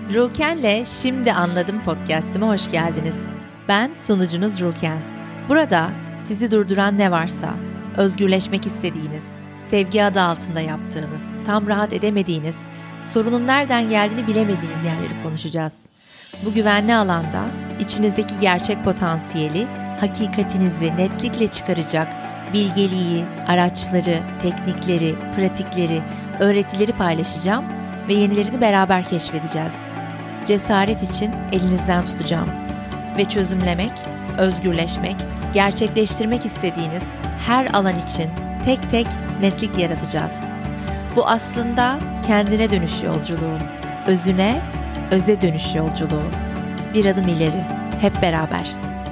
Ruken'le Şimdi Anladım podcast'ime hoş geldiniz. Ben sunucunuz Ruken. Burada sizi durduran ne varsa, özgürleşmek istediğiniz, sevgi adı altında yaptığınız, tam rahat edemediğiniz, sorunun nereden geldiğini bilemediğiniz yerleri konuşacağız. Bu güvenli alanda içinizdeki gerçek potansiyeli, hakikatinizi netlikle çıkaracak bilgeliği, araçları, teknikleri, pratikleri, öğretileri paylaşacağım ve yenilerini beraber keşfedeceğiz. Cesaret için elinizden tutacağım ve çözümlemek, özgürleşmek, gerçekleştirmek istediğiniz her alan için tek tek netlik yaratacağız. Bu aslında kendine dönüş yolculuğu, özüne, öze dönüş yolculuğu. Bir adım ileri, hep beraber.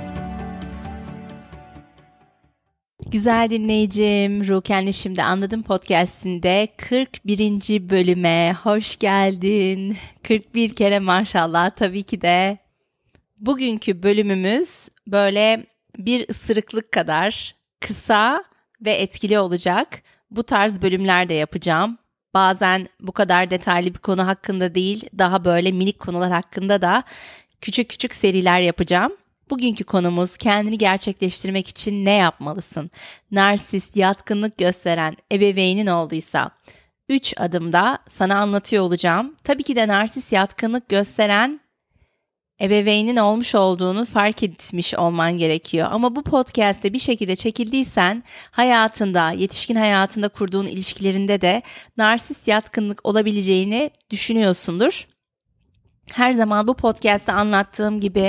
Güzel dinleyicim, Ruken'le Şimdi Anladım podcast'inde 41. bölüme hoş geldin. 41 kere maşallah. Tabii ki de bugünkü bölümümüz böyle bir ısırıklık kadar kısa ve etkili olacak. Bu tarz bölümler de yapacağım. Bazen bu kadar detaylı bir konu hakkında değil, daha böyle minik konular hakkında da küçük küçük seriler yapacağım. Bugünkü konumuz kendini gerçekleştirmek için ne yapmalısın? Narsist, yatkınlık gösteren ebeveynin olduysa 3 adımda sana anlatıyor olacağım. Tabii ki de narsist, yatkınlık gösteren ebeveynin olmuş olduğunu fark etmiş olman gerekiyor. Ama bu podcast'te bir şekilde çekildiysen hayatında, yetişkin hayatında kurduğun ilişkilerinde de narsist yatkınlık olabileceğini düşünüyorsundur. Her zaman bu podcast'te anlattığım gibi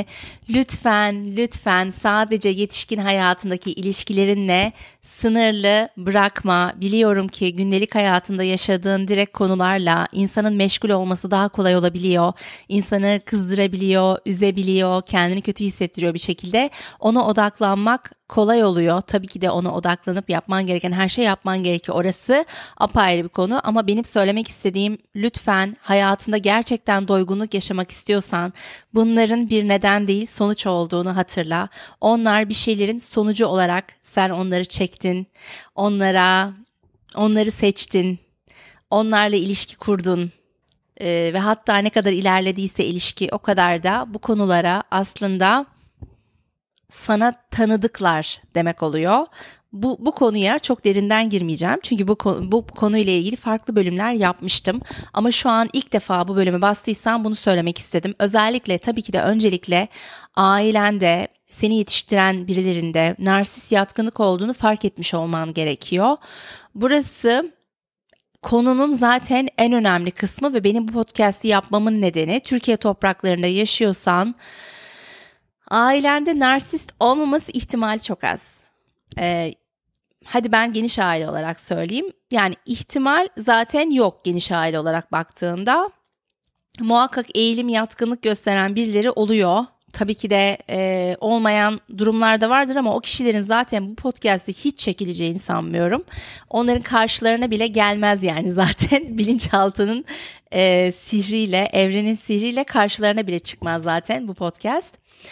lütfen sadece yetişkin hayatındaki ilişkilerinle sınırlı bırakma. Biliyorum ki gündelik hayatında yaşadığın direkt konularla insanın meşgul olması daha kolay olabiliyor. İnsanı kızdırabiliyor, üzebiliyor, kendini kötü hissettiriyor bir şekilde. Ona odaklanmak kolay oluyor. Tabii ki de ona odaklanıp yapman gereken her şey yapman gerekiyor. Orası apayrı bir konu ama benim söylemek istediğim lütfen hayatında gerçekten doygunluk yaşamak istiyorsan bunların bir neden değil sonuç olduğunu hatırla. Onlar bir şeylerin sonucu olarak sen onları çektin, onları seçtin, onlarla ilişki kurdun ve hatta ne kadar ilerlediyse ilişki o kadar da bu konulara aslında sana tanıdıklar demek oluyor. Bu konuya çok derinden girmeyeceğim. Çünkü bu konuyla ilgili farklı bölümler yapmıştım. Ama şu an ilk defa bu bölüme bastıysam bunu söylemek istedim. Özellikle tabii ki de öncelikle ailende, seni yetiştiren birilerinde narsist yatkınlık olduğunu fark etmiş olman gerekiyor. Burası konunun zaten en önemli kısmı ve benim bu podcast'i yapmamın nedeni Türkiye topraklarında yaşıyorsan ailende narsist olmaması ihtimali çok az. Hadi ben geniş aile olarak söyleyeyim. Yani ihtimal zaten yok geniş aile olarak baktığında. Muhakkak eğilim, yatkınlık gösteren birileri oluyor. Tabii ki de olmayan durumlar da vardır ama o kişilerin zaten bu podcast'te hiç çekileceğini sanmıyorum. Onların karşılarına bile gelmez yani zaten bilinçaltının sihriyle, evrenin sihriyle karşılarına bile çıkmaz zaten bu podcast.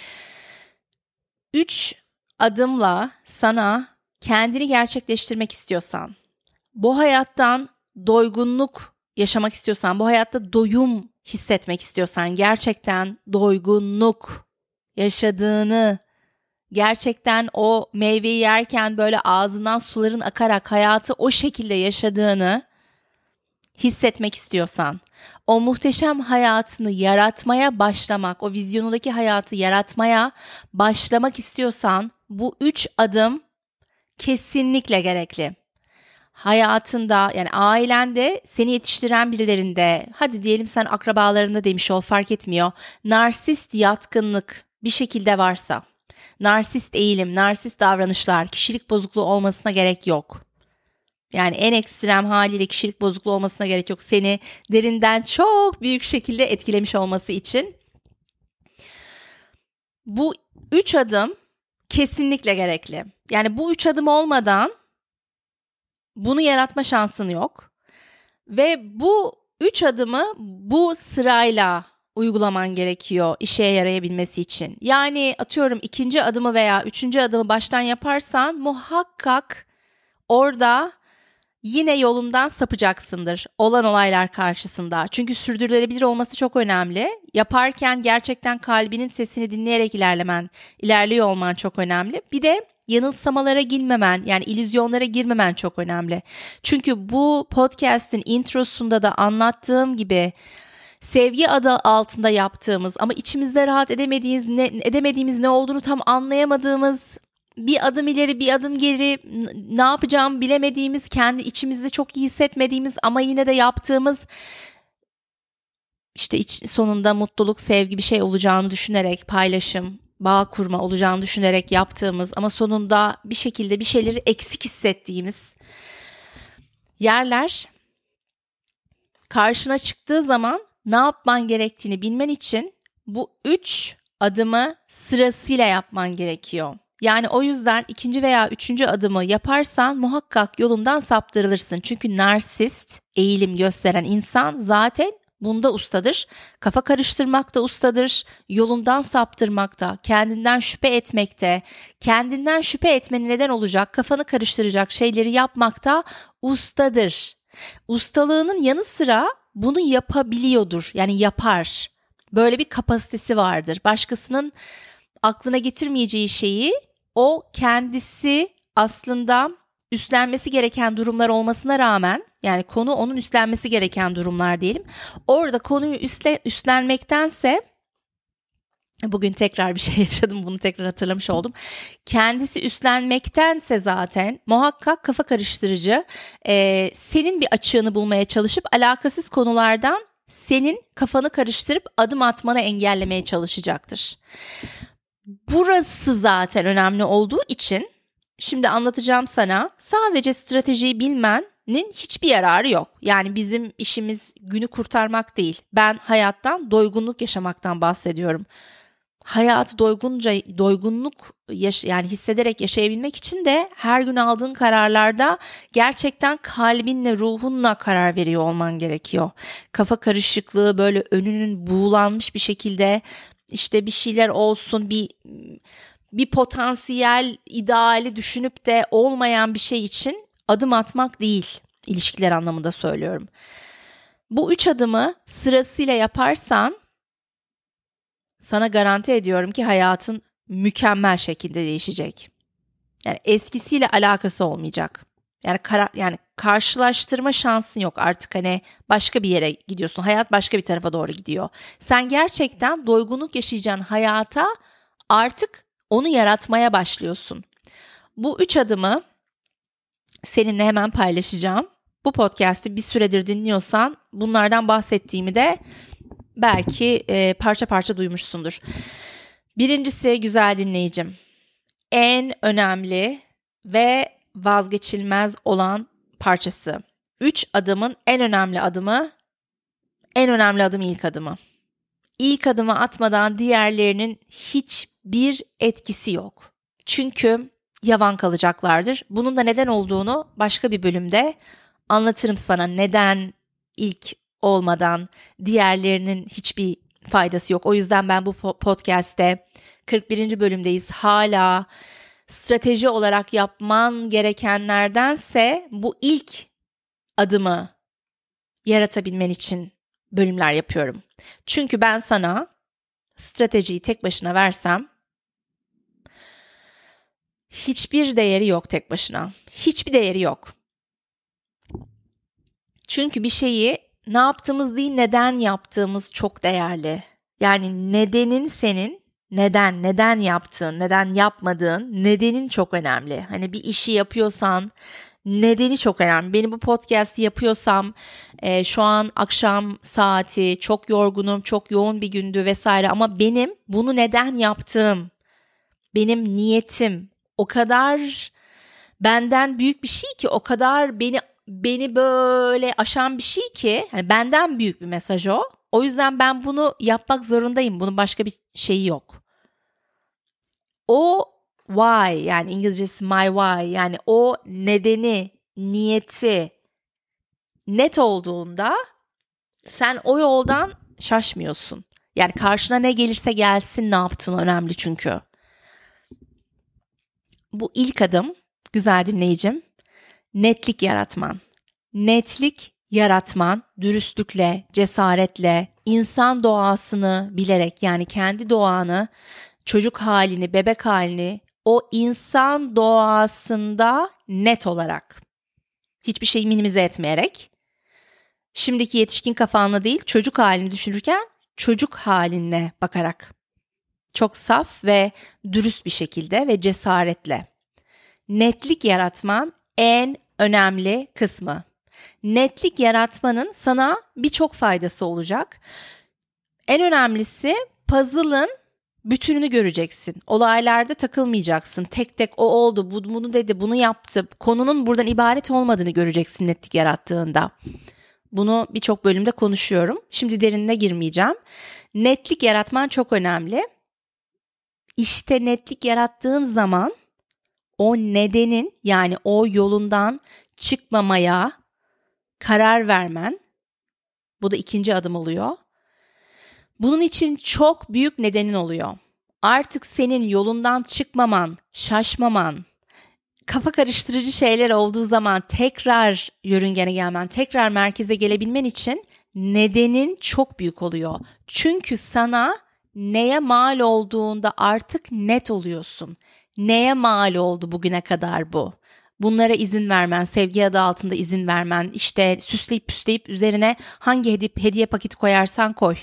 3 adımla sana kendini gerçekleştirmek istiyorsan, bu hayattan doygunluk yaşamak istiyorsan, bu hayatta doyum hissetmek istiyorsan, gerçekten doygunluk yaşadığını, gerçekten o meyveyi yerken böyle ağzından suların akarak hayatı o şekilde yaşadığını hissetmek istiyorsan, o muhteşem hayatını yaratmaya başlamak, o vizyonundaki hayatı yaratmaya başlamak istiyorsan bu 3 adım kesinlikle gerekli. Hayatında yani ailende seni yetiştiren birilerinde, hadi diyelim sen akrabalarında demiş ol fark etmiyor. Narsist yatkınlık bir şekilde varsa, narsist eğilim, narsist davranışlar, kişilik bozukluğu olmasına gerek yok. Yani en ekstrem haliyle kişilik bozukluğu olmasına gerek yok. Seni derinden çok büyük şekilde etkilemiş olması için. Bu 3 adım kesinlikle gerekli. Yani bu 3 adım olmadan bunu yaratma şansın yok. Ve bu 3 adımı bu sırayla uygulaman gerekiyor işe yarayabilmesi için. Yani atıyorum 2. adımı veya 3. adımı baştan yaparsan muhakkak orada yine yolundan sapacaksındır olan olaylar karşısında. Çünkü sürdürülebilir olması çok önemli. Yaparken gerçekten kalbinin sesini dinleyerek ilerliyor olman çok önemli. Bir de yanılsamalara girmemen, yani illüzyonlara girmemen çok önemli. Çünkü bu podcast'in introsunda da anlattığım gibi sevgi adı altında yaptığımız ama içimizde rahat edemediğimiz ne olduğunu tam anlayamadığımız, bir adım ileri bir adım geri ne yapacağımı bilemediğimiz, kendi içimizde çok iyi hissetmediğimiz ama yine de yaptığımız, işte sonunda mutluluk, sevgi bir şey olacağını düşünerek, paylaşım, bağ kurma olacağını düşünerek yaptığımız ama sonunda bir şekilde bir şeyleri eksik hissettiğimiz yerler karşına çıktığı zaman ne yapman gerektiğini bilmen için bu 3 adımı sırasıyla yapman gerekiyor. Yani o yüzden 2. veya 3. adımı yaparsan muhakkak yolundan saptırılırsın. Çünkü narsist eğilim gösteren insan zaten bunda ustadır. Kafa karıştırmakta ustadır. Yolundan saptırmakta, kendinden şüphe etmekte, kendinden şüphe etmene neden olacak, kafanı karıştıracak şeyleri yapmakta ustadır. Ustalığının yanı sıra bunu yapabiliyordur. Yani yapar. Böyle bir kapasitesi vardır. Başkasının aklına getirmeyeceği şeyi o kendisi aslında üstlenmesi gereken durumlar olmasına rağmen, yani konu onun üstlenmesi gereken durumlar diyelim. Orada konuyu üstlenmektense, bugün tekrar bir şey yaşadım, bunu tekrar hatırlamış oldum. Kendisi üstlenmektense zaten muhakkak kafa karıştırıcı, senin bir açığını bulmaya çalışıp alakasız konulardan senin kafanı karıştırıp adım atmanı engellemeye çalışacaktır. Burası zaten önemli olduğu için şimdi anlatacağım sana. Sadece stratejiyi bilmenin hiçbir yararı yok. Yani bizim işimiz günü kurtarmak değil. Ben hayattan doygunluk yaşamaktan bahsediyorum. Hayatı yani hissederek yaşayabilmek için de her gün aldığın kararlarda gerçekten kalbinle, ruhunla karar veriyor olman gerekiyor. Kafa karışıklığı, böyle önünün buğulanmış bir şekilde işte bir şeyler olsun, bir potansiyel ideali düşünüp de olmayan bir şey için adım atmak değil. İlişkiler anlamında söylüyorum. Bu 3 adımı sırasıyla yaparsan sana garanti ediyorum ki hayatın mükemmel şekilde değişecek. Yani eskisiyle alakası olmayacak. Yani karşılaştırma şansın yok artık, hani başka bir yere gidiyorsun. Hayat başka bir tarafa doğru gidiyor. Sen gerçekten doygunluk yaşayacağın hayata artık onu yaratmaya başlıyorsun. Bu 3 adımı seninle hemen paylaşacağım. Bu podcast'i bir süredir dinliyorsan bunlardan bahsettiğimi de belki parça parça duymuşsundur. Birincisi, güzel dinleyicim, en önemli ve vazgeçilmez olan parçası. 3 adımın en önemli adımı ilk adımı. İlk adımı atmadan diğerlerinin hiçbir etkisi yok. Çünkü yavan kalacaklardır. Bunun da neden olduğunu başka bir bölümde anlatırım sana. Neden ilk olmadan diğerlerinin hiçbir faydası yok. O yüzden ben bu podcast'te 41. bölümdeyiz. Hala strateji olarak yapman gerekenlerdense bu ilk adımı yaratabilmen için bölümler yapıyorum. Çünkü ben sana stratejiyi tek başına versem hiçbir değeri yok tek başına. Hiçbir değeri yok. Çünkü bir şeyi ne yaptığımız değil, neden yaptığımız çok değerli. Yani nedenin senin neden yaptığın, neden yapmadığın, nedenin çok önemli. Hani bir işi yapıyorsan nedeni çok önemli. Benim bu podcast'i yapıyorsam şu an akşam saati, çok yorgunum, çok yoğun bir gündü vesaire, ama benim bunu neden yaptığım, benim niyetim o kadar benden büyük bir şey ki, o kadar beni böyle aşan bir şey ki, hani benden büyük bir mesaj o. O yüzden ben bunu yapmak zorundayım. Bunun başka bir şeyi yok. O why, yani İngilizcesi my why, yani o nedeni, niyeti net olduğunda sen o yoldan şaşmıyorsun. Yani karşına ne gelirse gelsin ne yaptığın önemli çünkü. Bu ilk adım, güzel dinleyicim, netlik yaratman. netlik yaratman, dürüstlükle, cesaretle, insan doğasını bilerek, yani kendi doğanı, çocuk halini, bebek halini o insan doğasında net olarak, hiçbir şeyi minimize etmeyerek, şimdiki yetişkin kafanla değil, çocuk halini düşünürken çocuk haline bakarak, çok saf ve dürüst bir şekilde ve cesaretle. Netlik yaratman en önemli kısmı. Netlik yaratmanın sana birçok faydası olacak. En önemlisi, puzzle'ın bütününü göreceksin. Olaylarda takılmayacaksın. Tek tek o oldu, bunu dedi, bunu yaptı. Konunun buradan ibaret olmadığını göreceksin netlik yarattığında. Bunu birçok bölümde konuşuyorum. Şimdi derinine girmeyeceğim. Netlik yaratman çok önemli. İşte netlik yarattığın zaman o nedenin, yani o yolundan çıkmamaya karar vermen, bu da ikinci adım oluyor. Bunun için çok büyük nedenin oluyor. Artık senin yolundan çıkmaman, şaşmaman, kafa karıştırıcı şeyler olduğu zaman tekrar yörüngene gelmen, tekrar merkeze gelebilmen için nedenin çok büyük oluyor. Çünkü sana neye mal olduğunda artık net oluyorsun. Neye mal oldu bugüne kadar bu? Bunlara izin vermen, sevgi adı altında izin vermen, işte süsleyip püsleyip üzerine hangi hediye paketi koyarsan koy.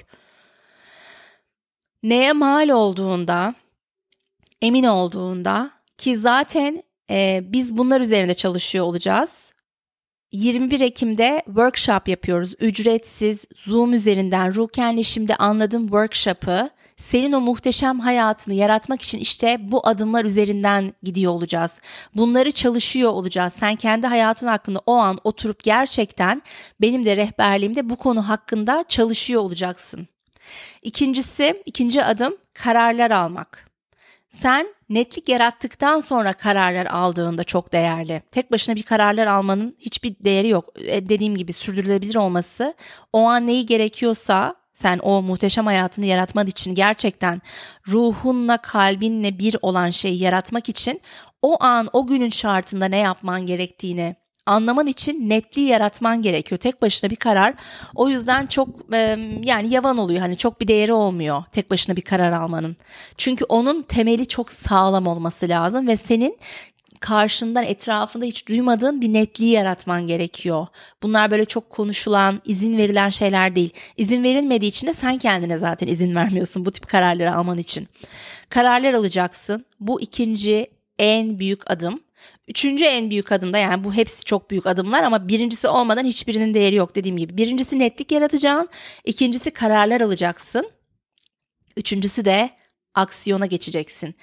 Neye mal olduğunda, emin olduğunda, ki zaten biz bunlar üzerinde çalışıyor olacağız. 21 Ekim'de workshop yapıyoruz. Ücretsiz, Zoom üzerinden Ruken'le şimdi anladığım workshop'ı, senin o muhteşem hayatını yaratmak için işte bu adımlar üzerinden gidiyor olacağız. Bunları çalışıyor olacağız. Sen kendi hayatın hakkında o an oturup gerçekten benim de rehberliğimde bu konu hakkında çalışıyor olacaksın. İkinci adım kararlar almak. Sen netlik yarattıktan sonra kararlar aldığında çok değerli. Tek başına bir kararlar almanın hiçbir değeri yok. Dediğim gibi sürdürülebilir olması, o an neyi gerekiyorsa, sen o muhteşem hayatını yaratman için, gerçekten ruhunla, kalbinle bir olan şeyi yaratmak için o an, o günün şartında ne yapman gerektiğini anlaman için netliği yaratman gerekiyor. Tek başına bir karar, o yüzden çok yani yavan oluyor. Hani çok bir değeri olmuyor tek başına bir karar almanın. Çünkü onun temeli çok sağlam olması lazım ve senin karşından, etrafında hiç duymadığın bir netliği yaratman gerekiyor. Bunlar böyle çok konuşulan, izin verilen şeyler değil. İzin verilmediği için de sen kendine zaten izin vermiyorsun bu tip kararları alman için. Kararlar alacaksın. Bu ikinci en büyük adım. Üçüncü en büyük adım da, yani bu hepsi çok büyük adımlar ama birincisi olmadan hiçbirinin değeri yok dediğim gibi. Birincisi netlik yaratacaksın. İkincisi kararlar alacaksın. Üçüncüsü de aksiyona geçeceksin.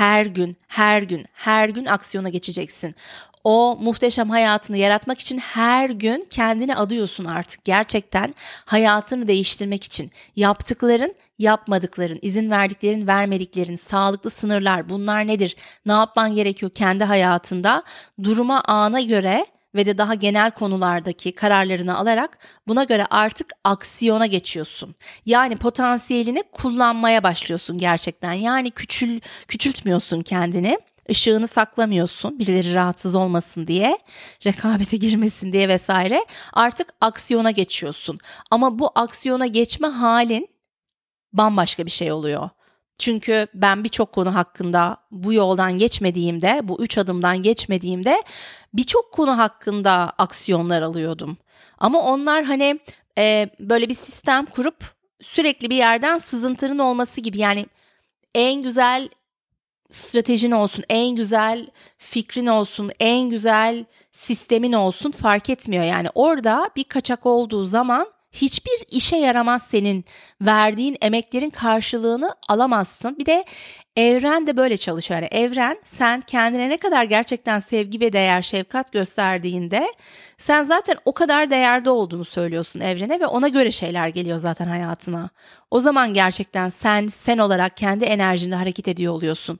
Her gün aksiyona geçeceksin. O muhteşem hayatını yaratmak için her gün kendini adıyorsun artık. Gerçekten hayatını değiştirmek için. Yaptıkların, yapmadıkların, izin verdiklerin, vermediklerin, sağlıklı sınırlar, bunlar nedir? Ne yapman gerekiyor kendi hayatında? Duruma, ana göre ve de daha genel konulardaki kararlarını alarak buna göre artık aksiyona geçiyorsun. Yani potansiyelini kullanmaya başlıyorsun gerçekten. Yani küçültmüyorsun kendini. Işığını saklamıyorsun, birileri rahatsız olmasın diye, rekabete girmesin diye vesaire. Artık aksiyona geçiyorsun. Ama bu aksiyona geçme halin bambaşka bir şey oluyor. Çünkü ben birçok konu hakkında bu yoldan geçmediğimde, bu 3 adımdan geçmediğimde birçok konu hakkında aksiyonlar alıyordum. Ama onlar hani böyle bir sistem kurup sürekli bir yerden sızıntının olması gibi, yani en güzel stratejin olsun, en güzel fikrin olsun, en güzel sistemin olsun, fark etmiyor. Yani orada bir kaçak olduğu zaman hiçbir işe yaramaz, senin verdiğin emeklerin karşılığını alamazsın. Bir de evren de böyle çalışıyor. Yani evren, sen kendine ne kadar gerçekten sevgi ve değer, şefkat gösterdiğinde sen zaten o kadar değerde olduğunu söylüyorsun evrene ve ona göre şeyler geliyor zaten hayatına. O zaman gerçekten sen olarak kendi enerjinde hareket ediyor oluyorsun.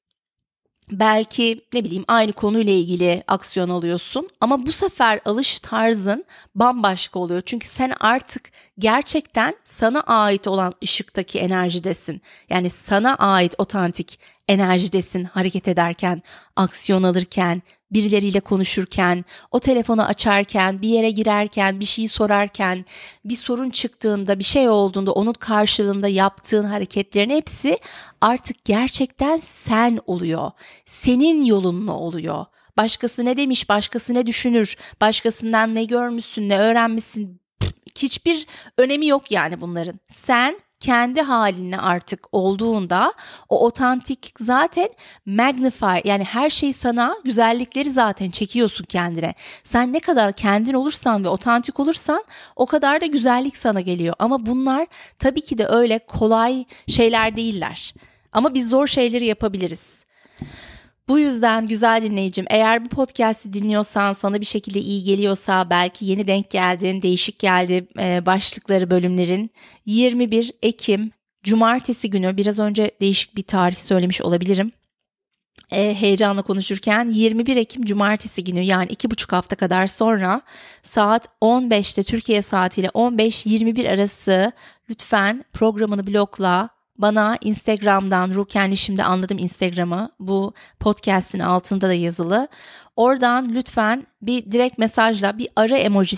Belki ne bileyim aynı konuyla ilgili aksiyon alıyorsun ama bu sefer alış tarzın bambaşka oluyor. Çünkü sen artık gerçekten sana ait olan ışıktaki enerjidesin. Yani sana ait otantik enerjidesin hareket ederken, aksiyon alırken, birileriyle konuşurken, o telefonu açarken, bir yere girerken, bir şey sorarken, bir sorun çıktığında, bir şey olduğunda onun karşılığında yaptığın hareketlerin hepsi artık gerçekten sen oluyor. Senin yolunla oluyor. Başkası ne demiş, başkası ne düşünür, başkasından ne görmüşsün, ne öğrenmişsin, hiçbir önemi yok yani bunların. Sen kendi haline artık olduğunda o otantik zaten magnify, yani her şey sana, güzellikleri zaten çekiyorsun kendine. Sen ne kadar kendin olursan ve otantik olursan o kadar da güzellik sana geliyor. Ama bunlar tabii ki de öyle kolay şeyler değiller. Ama biz zor şeyleri yapabiliriz. Bu yüzden güzel dinleyicim, eğer bu podcast'i dinliyorsan, sana bir şekilde iyi geliyorsa, belki yeni denk geldin, değişik geldi başlıkları bölümlerin, 21 Ekim Cumartesi günü, biraz önce değişik bir tarih söylemiş olabilirim. Heyecanla konuşurken 21 Ekim Cumartesi günü, yani 2,5 hafta kadar sonra saat 15'te Türkiye saatiyle 15-21 arası lütfen programını blokla. Bana Instagram'dan, Rukenli Şimdi Anladım Instagram'ı, bu podcast'in altında da yazılı. Oradan lütfen bir direkt mesajla bir arı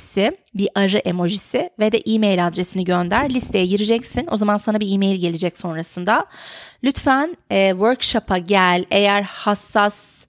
emojisi ve de e-mail adresini gönder. Listeye gireceksin. O zaman sana bir e-mail gelecek sonrasında. Lütfen workshop'a gel. Eğer hassas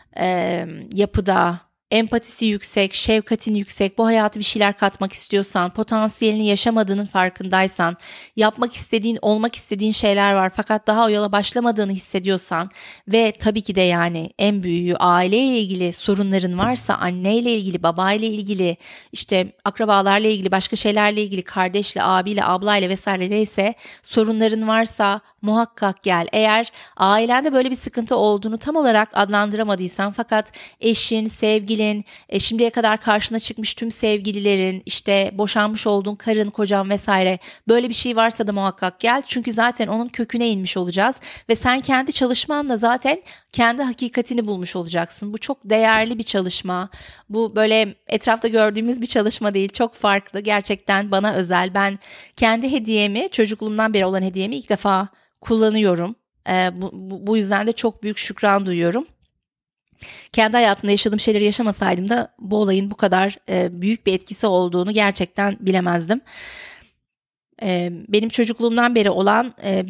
yapıda, empatisi yüksek, şefkatin yüksek, bu hayata bir şeyler katmak istiyorsan, potansiyelini yaşamadığının farkındaysan, yapmak istediğin, olmak istediğin şeyler var fakat daha o yola başlamadığını hissediyorsan ve tabii ki de yani en büyüğü aileyle ilgili sorunların varsa, anneyle ilgili, babayla ilgili, işte akrabalarla ilgili, başka şeylerle ilgili, kardeşle, abiyle, ablayla vesaire neyse sorunların varsa muhakkak gel. Eğer ailende böyle bir sıkıntı olduğunu tam olarak adlandıramadıysan fakat eşin, sevgilin, şimdiye kadar karşına çıkmış tüm sevgililerin, işte boşanmış olduğun karın, kocan vesaire, böyle bir şey varsa da muhakkak gel. Çünkü zaten onun köküne inmiş olacağız ve sen kendi çalışmanla zaten kendi hakikatini bulmuş olacaksın. Bu çok değerli bir çalışma. Bu böyle etrafta gördüğümüz bir çalışma değil. Çok farklı. Gerçekten bana özel. Ben kendi hediyemi, çocukluğumdan beri olan hediyemi ilk defa kullanıyorum. Bu yüzden de çok büyük şükran duyuyorum. Kendi hayatımda yaşadığım şeyleri yaşamasaydım da bu olayın bu kadar büyük bir etkisi olduğunu gerçekten bilemezdim. Benim çocukluğumdan beri olan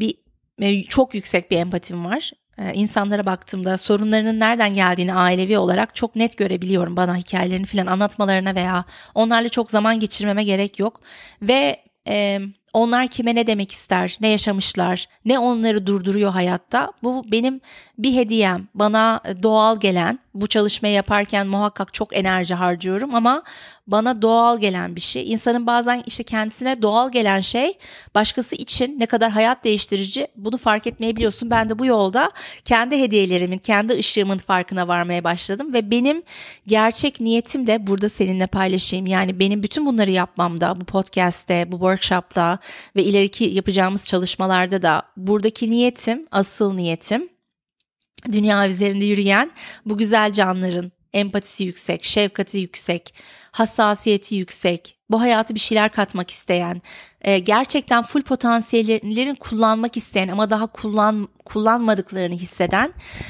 çok yüksek bir empatim var. İnsanlara baktığımda sorunlarının nereden geldiğini ailevi olarak çok net görebiliyorum. Bana hikayelerini falan anlatmalarına veya onlarla çok zaman geçirmeme gerek yok. Ve onlar kime ne demek ister, ne yaşamışlar, ne onları durduruyor hayatta. Bu benim bir hediyem. Bana doğal gelen, bu çalışmayı yaparken muhakkak çok enerji harcıyorum ama bana doğal gelen bir şey. İnsanın bazen işte kendisine doğal gelen şey başkası için ne kadar hayat değiştirici, bunu fark etmeyebiliyorsun. Ben de bu yolda kendi hediyelerimin, kendi ışığımın farkına varmaya başladım ve benim gerçek niyetim de burada seninle paylaşayım. Yani benim bütün bunları yapmamda, bu podcast'te, bu workshop'ta ve ileriki yapacağımız çalışmalarda da buradaki niyetim, asıl niyetim, dünya üzerinde yürüyen bu güzel canlıların empatisi yüksek, şefkati yüksek, hassasiyeti yüksek, bu hayata bir şeyler katmak isteyen, gerçekten full potansiyellerini kullanmak isteyen ama daha kullanmadıklarını hisseden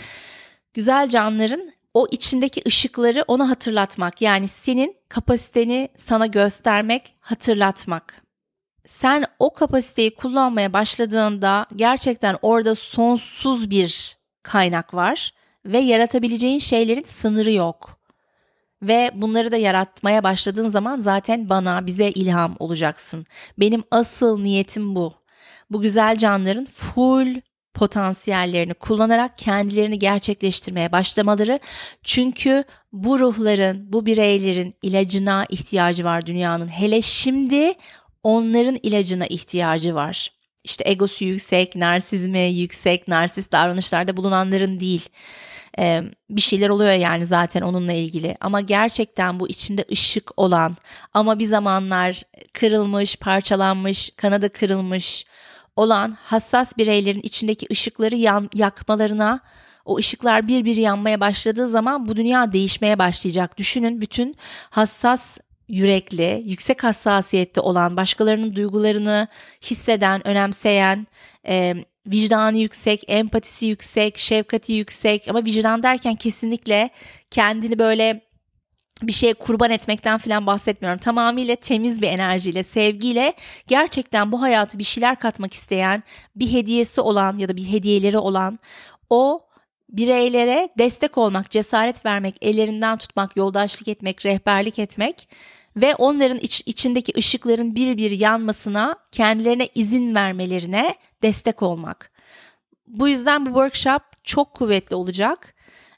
güzel canlıların o içindeki ışıkları ona hatırlatmak. Yani senin kapasiteni sana göstermek, hatırlatmak. Sen o kapasiteyi kullanmaya başladığında gerçekten orada sonsuz bir kaynak var ve yaratabileceğin şeylerin sınırı yok. Ve bunları da yaratmaya başladığın zaman zaten bize ilham olacaksın. Benim asıl niyetim bu. Bu güzel canlıların full potansiyellerini kullanarak kendilerini gerçekleştirmeye başlamaları. Çünkü bu ruhların, bu bireylerin ilacına ihtiyacı var dünyanın. Hele şimdi onların ilacına ihtiyacı var. İşte egosu yüksek, narsizmi yüksek, narsist davranışlarda bulunanların değil. Bir şeyler oluyor yani zaten onunla ilgili. Ama gerçekten bu içinde ışık olan ama bir zamanlar kırılmış, parçalanmış, kanadı kırılmış olan hassas bireylerin içindeki ışıkları yakmalarına, o ışıklar bir yanmaya başladığı zaman bu dünya değişmeye başlayacak. Düşünün, bütün hassas yürekli, yüksek hassasiyette olan, başkalarının duygularını hisseden, önemseyen, vicdanı yüksek, empatisi yüksek, şefkati yüksek, ama vicdan derken kesinlikle kendini böyle bir şeye kurban etmekten falan bahsetmiyorum. Tamamıyla temiz bir enerjiyle, sevgiyle gerçekten bu hayatı bir şeyler katmak isteyen, bir hediyesi olan ya da bir hediyeleri olan o bireylere destek olmak, cesaret vermek, ellerinden tutmak, yoldaşlık etmek, rehberlik etmek ve onların içindeki ışıkların bir bir yanmasına, kendilerine izin vermelerine destek olmak. Bu yüzden bu workshop çok kuvvetli olacak.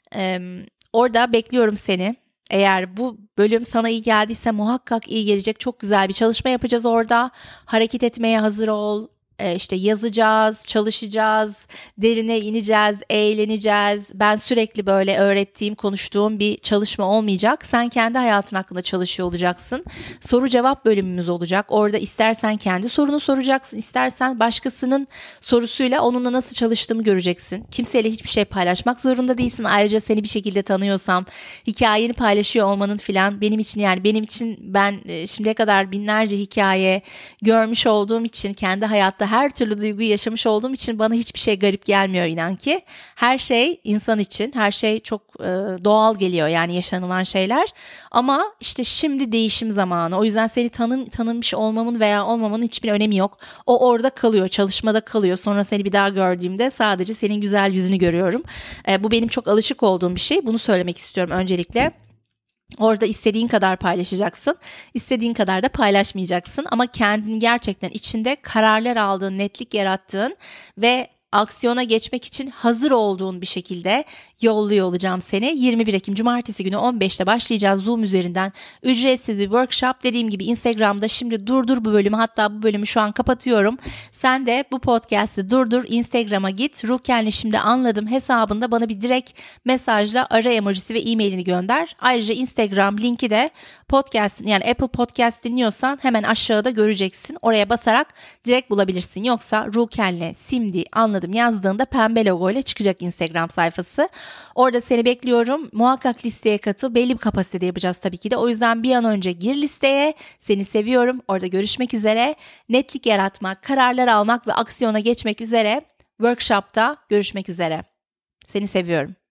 Orada bekliyorum seni. Eğer bu bölüm sana iyi geldiyse muhakkak iyi gelecek. Çok güzel bir çalışma yapacağız orada. Hareket etmeye hazır ol. İşte yazacağız, çalışacağız, derine ineceğiz, eğleneceğiz. Ben sürekli böyle öğrettiğim, konuştuğum bir çalışma olmayacak. Sen kendi hayatın hakkında çalışıyor olacaksın. Soru cevap bölümümüz olacak. Orada istersen kendi sorunu soracaksın, istersen başkasının sorusuyla onunla nasıl çalıştığımı göreceksin. Kimseyle hiçbir şey paylaşmak zorunda değilsin. Ayrıca seni bir şekilde tanıyorsam, hikayeni paylaşıyor olmanın filan benim için ben şimdiye kadar binlerce hikaye görmüş olduğum için, kendi hayatta her türlü duyguyu yaşamış olduğum için bana hiçbir şey garip gelmiyor, inan ki. Her şey insan için, her şey çok doğal geliyor yani yaşanılan şeyler. Ama işte şimdi değişim zamanı. O yüzden seni tanımış olmamın veya olmamanın hiçbir önemi yok. O orada kalıyor, çalışmada kalıyor. Sonra seni bir daha gördüğümde sadece senin güzel yüzünü görüyorum. Bu benim çok alışık olduğum bir şey. Bunu söylemek istiyorum öncelikle. Orada istediğin kadar paylaşacaksın, istediğin kadar da paylaşmayacaksın, ama kendini gerçekten içinde kararlar aldığın, netlik yarattığın ve aksiyona geçmek için hazır olduğun bir şekilde yolluyor olacağım seni. 21 Ekim Cumartesi günü 15'te başlayacağız Zoom üzerinden. Ücretsiz bir workshop. Dediğim gibi Instagram'da şimdi durdur bu bölümü, hatta bu bölümü şu an kapatıyorum. Sen de bu podcast'ı durdur, Instagram'a git. Ruken'le şimdi anladım hesabında bana bir direkt mesajla ara emojisi ve e-mailini gönder. Ayrıca Instagram linki de podcast'in, yani Apple Podcast dinliyorsan hemen aşağıda göreceksin. Oraya basarak direkt bulabilirsin. Yoksa Ruken'le şimdi anladım yazdığında pembe logo ile çıkacak Instagram sayfası. Orada seni bekliyorum. Muhakkak listeye katıl. Belli bir kapasitede yapacağız tabii ki de. O yüzden bir an önce gir listeye. Seni seviyorum. Orada görüşmek üzere. Netlik yaratmak, kararlar almak ve aksiyona geçmek üzere. Workshop'ta görüşmek üzere. Seni seviyorum.